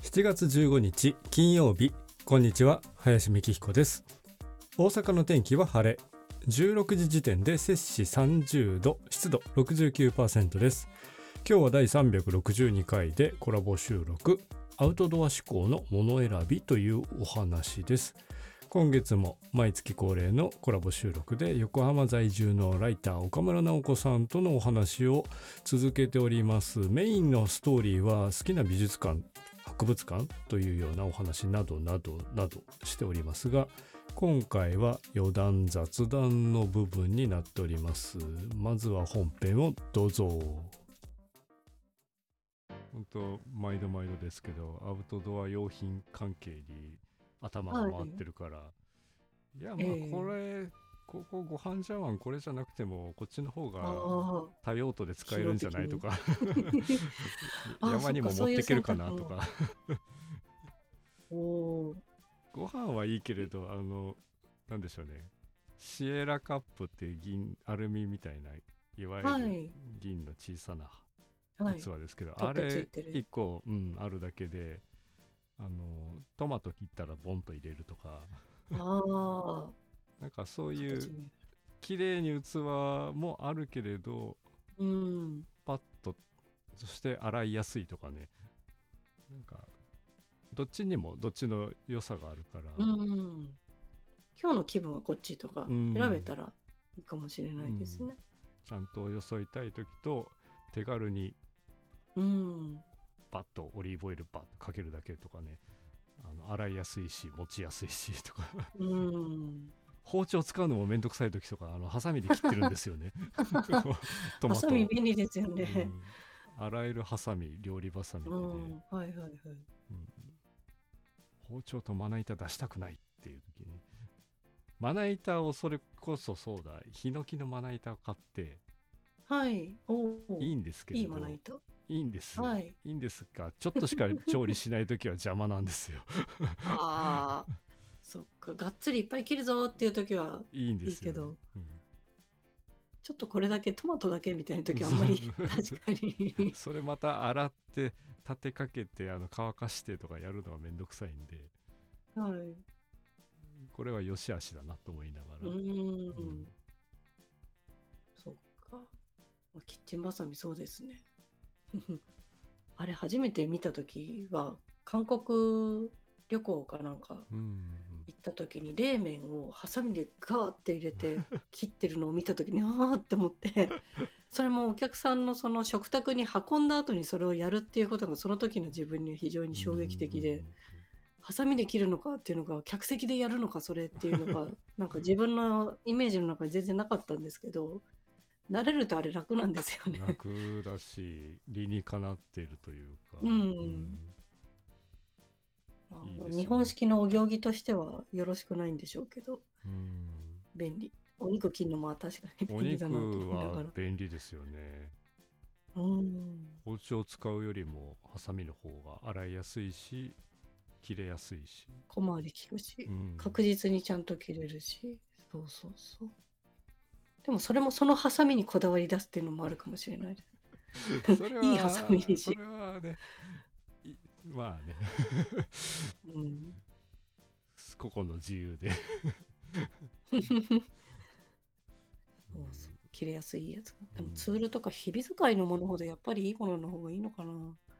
7月15日金曜日、こんにちは、林美希彦です。大阪の天気は晴れ、16時時点で摂氏30度、湿度 69% です。今日は第362回でコラボ収録、アウトドア志向のもの選びというお話です。今月も毎月恒例のコラボ収録で横浜在住のライター岡村直子さんとのお話を続けております。メインのストーリーは好きな美術館、博物館というようなお話などなどなどしておりますが、今回は余談雑談の部分になっております。まずは本編をどうぞ。本当毎度毎度ですけど、アウトドア用品関係に頭が回ってるから、いやまあこれ、ここご飯茶碗これじゃなくてもこっちの方が多用途で使えるんじゃないとか山にも持ってけるかなとかご飯はいいけれど、なんでしょうね、シエラカップっていう銀アルミみたいな、いわゆる銀の小さな器ですけど、あれ1個、あるだけでトマト切ったらボンと入れるとかなんかそういう綺麗に器もあるけれど、パッとそして洗いやすいとかね、なんかどっちにもどっちの良さがあるから、 今日の気分はこっちとか選べたらいいかもしれないですね。 ちゃんとよそいたい時と手軽にパッとオリーブオイルパッとかけるだけとかね、洗いやすいし持ちやすいしとか包丁使うのもめんどくさい時とかハサミで切ってるんですよねトマト。 ハサミ便利ですよね、 洗えるハサミ、料理バサミでね、包丁とまな板出したくないっていう時にまな板を、それこそそうだ、ヒノキのまな板を買って、いいんですけれど、いいんです、いいんですが、ちょっとしか調理しない時は邪魔なんですよそっか、がっつりいっぱい切るぞっていう時はいいんですよ、 いいけど、ちょっとこれだけトマトだけみたいな時はあんまり確かにそれまた洗って立てかけて乾かしてとかやるのはめんどくさいんで、これは良し悪しだなと思いながら、 そっか、キッチンバサミそうですねあれ初めて見た時は韓国旅行かなんか行った時に冷麺をハサミでガーって入れて切ってるのを見た時にあーって思ってそれもお客さんのその食卓に運んだ後にそれをやるっていうことがその時の自分に非常に衝撃的で、ハサミで切るのかっていうのが客席でやるのかそれっていうのがなんか自分のイメージの中に全然なかったんですけど、慣れるとあれ楽なんですよね。 楽だし理にかなっているというか、 日本式のお行儀としてはよろしくないんでしょうけど、便利。お肉切るのも確かに便利だなと思いながら。 お肉は便利ですよね。包丁を使うよりもハサミの方が洗いやすいし切れやすいし小回り効くし、確実にちゃんと切れるし、そうそうそう。でもそれもそのハサミにこだわり出すっていうのもあるかもしれないです。 それはいいハサミにし。 それはね、まあね個々の自由で切れやすいやつ。でもツールとか日々使いのものほどやっぱりいいものの方がいいのかな。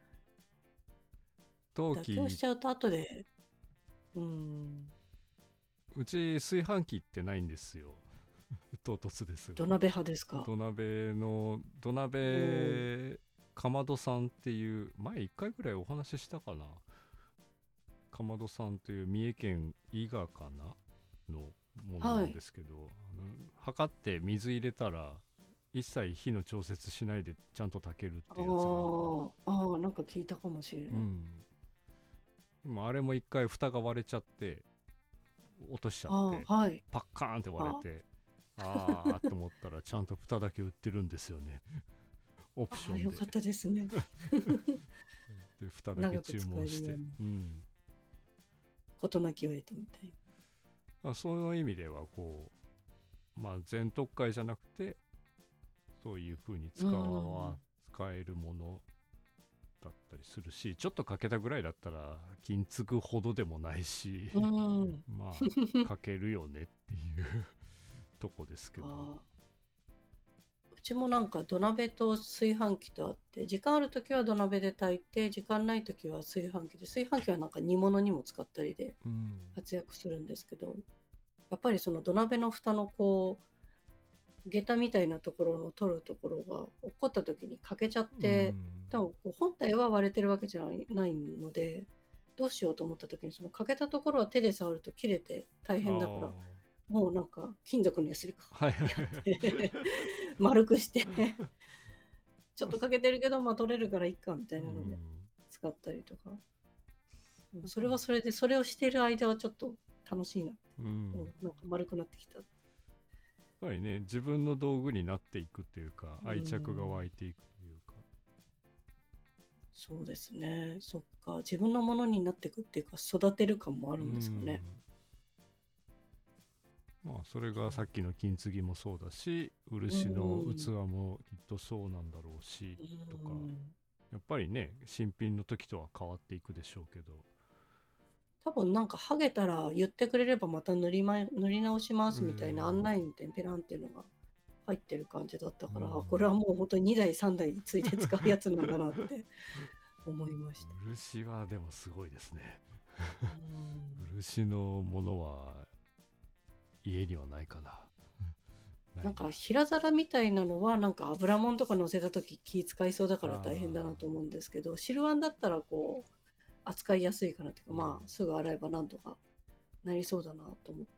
妥協しちゃうと後でうち炊飯器ってないんですよ唐突ですが。 土鍋派ですか？ 土鍋かまどさんっていう、前1回ぐらいお話ししたかな、かまどさんという三重県伊賀かなのものなんですけど、測って水入れたら一切火の調節しないでちゃんと炊けるっていうやつがなんか聞いたかもしれない、 でもあれも一回蓋が割れちゃって落としちゃって、パッカーンって割れてと思ったらちゃんと蓋だけ売ってるんですよねオプションで。 よかったですねで蓋だけ注文して事なきを得てみたい。 そういう意味では全特会じゃなくてそういう風に使えるものだったりするし、ちょっとかけたぐらいだったら金継ぐほどでもないし、 うん。 まあかけるよねっていうとこですけど。 うちもなんか土鍋と炊飯器とあって、時間ある時は土鍋で炊いて、時間ない時は炊飯器で、炊飯器はなんか煮物にも使ったりで活躍するんですけど、やっぱりその土鍋の蓋のこう下駄みたいなところの取るところが落っこった時に欠けちゃって、多分こう本体は割れてるわけじゃないので、どうしようと思った時にその欠けたところは手で触ると切れて大変だから、もうなんか金属のヤスリかやって丸くしてちょっと欠けてるけどまあ取れるからいっかみたいなので使ったりとか、それはそれでそれをしている間はちょっと楽しいな、なんか丸くなってきた。 やっぱりね、自分の道具になっていくっていうか、愛着が湧いていくというか。 そうですね。そっか。自分のものになっていくっていうか、育てる感もあるんですかね。 まあ、それがさっきの金継ぎもそうだし、漆の器もきっとそうなんだろうし、とか。やっぱりね、新品の時とは変わっていくでしょうけど。 多分なんか剥げたら言ってくれればまた塗り直しますみたいな案内みたいなペランっていうのが入ってる感じだったから、これはもう本当に2台3台ついて使うやつなんだなって思いました。 漆はでもすごいですね。漆のものは家にはないかな。 なんか平皿みたいなのはなんか油もんとか乗せた時気使いそうだから大変だなと思うんですけど、汁碗だったらこう扱いやすいかなっていうか、まあすぐ洗えばなんとかなりそうだなと思って、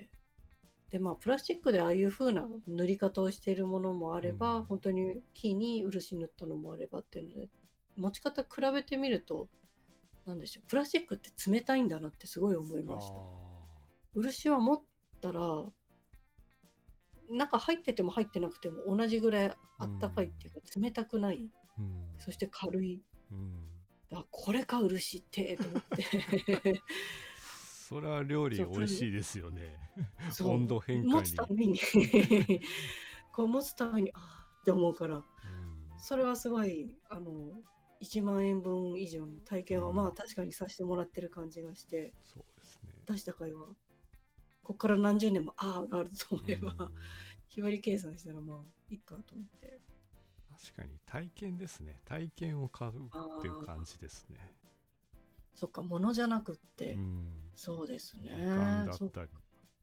でまあプラスチックでああいう風な塗り方をしているものもあれば、本当に木に漆塗ったのもあればっていうので、持ち方比べてみると、なんでしょう、プラスチックって冷たいんだなってすごい思いました。漆は持ったら中入ってても入ってなくても同じぐらいあったかいっていうか、冷たくない、そして軽い、これか漆ってと思ってそれは料理美味しいですよね。 温度変化に持つためにこう持つためにって思うから、それはすごい1万円分以上の体験はまあ確かにさせてもらってる感じがして、 そうですね、 出した会はここから何十年もがあると思えば、日割り計算したらまあいいかと思って。 確かに体験ですね。体験を買うっていう感じですね。 そっか、物じゃなくって、そうですね。時間だったり。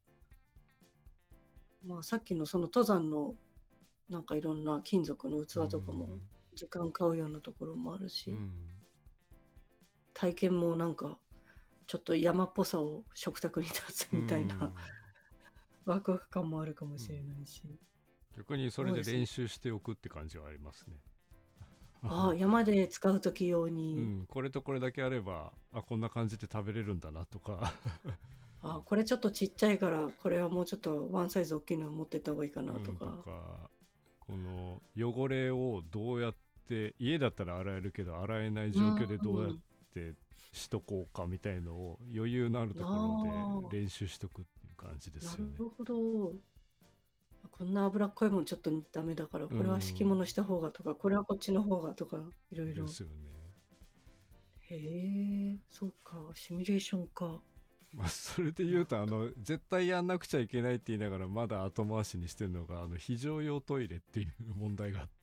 まあさっきのその登山のなんかいろんな金属の器とかも時間買うようなところもあるし、体験もなんかちょっと山っぽさを食卓に立つみたいなワクワク感もあるかもしれないし、 逆にそれで練習しておくって感じはありますね。 山で使う時用に、 これとこれだけあればこんな感じで食べれるんだなとかこれちょっとちっちゃいからこれはもうちょっとワンサイズ大きいの持ってった方がいいかなとか、 この汚れをどうやって家だったら洗えるけど洗えない状況でどうやってしとこうかみたいのを余裕のあるところで練習しとくっていう感じですよね。 なるほど。こんな脂っこいもんちょっとダメだからこれは敷物した方がとか、これはこっちの方がとかいろいろですよね。へえ、そうか、シミュレーションか。 それで言うと絶対やんなくちゃいけないって言いながらまだ後回しにしてるのが非常用トイレっていう問題があって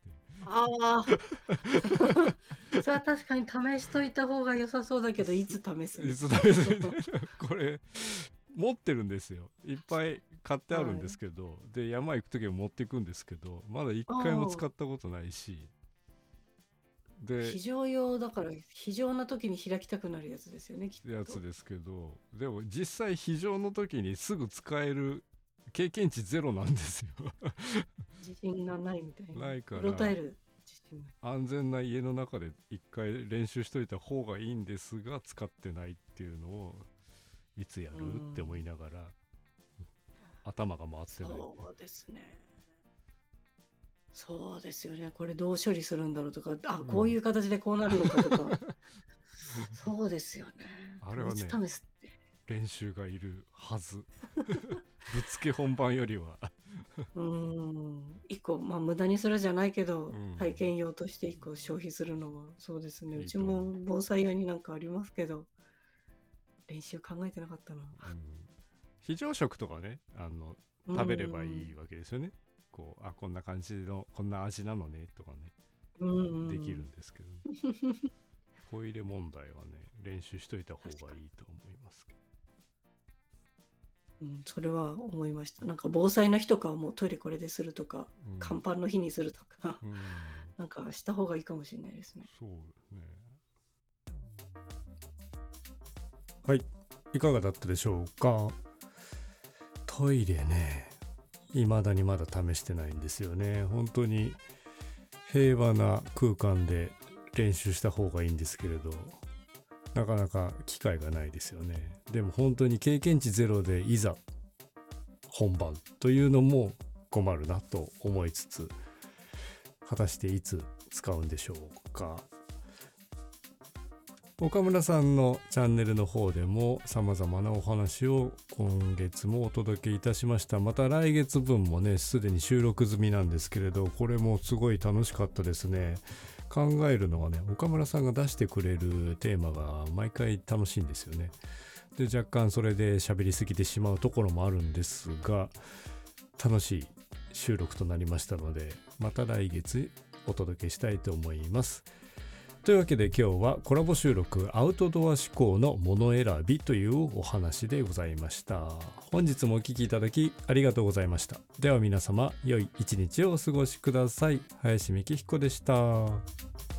それは確かに試しといた方が良さそうだけどいつ試すこれ持ってるんですよ。いっぱい買ってあるんですけど、で山行く時は持っていくんですけど、まだ一回も使ったことないし、 で非常用だから非常な時に開きたくなるやつですよね、きっと。 やつですけど、でも実際非常の時にすぐ使える経験値ゼロなんですよ自信がないみたいな。 ないから安全な家の中で一回練習しといた方がいいんですが使ってないっていうのをいつやるって思いながら頭が回ってない。 そうですね。そうですよね。これどう処理するんだろうとか、こういう形でこうなるのかとかそうですよね。 あれはね練習がいるはずぶっつけ本番よりは一個、まあ無駄にするじゃないけど、 うん体験用として一個消費するのは、そうですね。 いうちいと思う。 も盆栽屋になんかありますけど、練習考えてなかったな。 非常食とかね、 う食べればいいん。 わけですよね。こう、あ、こんな感じの、こんな味なのねとかね、できるうん。 んですけど、ね、トイレ問題はね、練習しといた方確かがいいと思いますけど。 に。それは思いました。なんか防災の日とかはもうトイレこれでするとか、 うん。 乾パンの日にするとか、 うん。 なんかした方がいいかもしれないですね。 そうね。はい。いかがだったでしょうか。トイレね、未だにまだ試してないんですよね。本当に平和な空間で練習した方がいいんですけれど、なかなか機会がないですよね。でも本当に経験値ゼロでいざ本番というのも困るなと思いつつ、果たしていつ使うんでしょうか。岡村さんのチャンネルの方でも様々なお話を今月もお届けいたしました。また来月分もね、すでに収録済みなんですけれど、これもすごい楽しかったですね。考えるのはね、岡村さんが出してくれるテーマが毎回楽しいんですよね。で、若干それで喋りすぎてしまうところもあるんですが、楽しい収録となりましたので、また来月お届けしたいと思います。というわけで今日はコラボ収録アウトドア志向のもの選びというお話でございました。本日もお聞きいただきありがとうございました。では皆様良い一日をお過ごしください。林美希彦でした。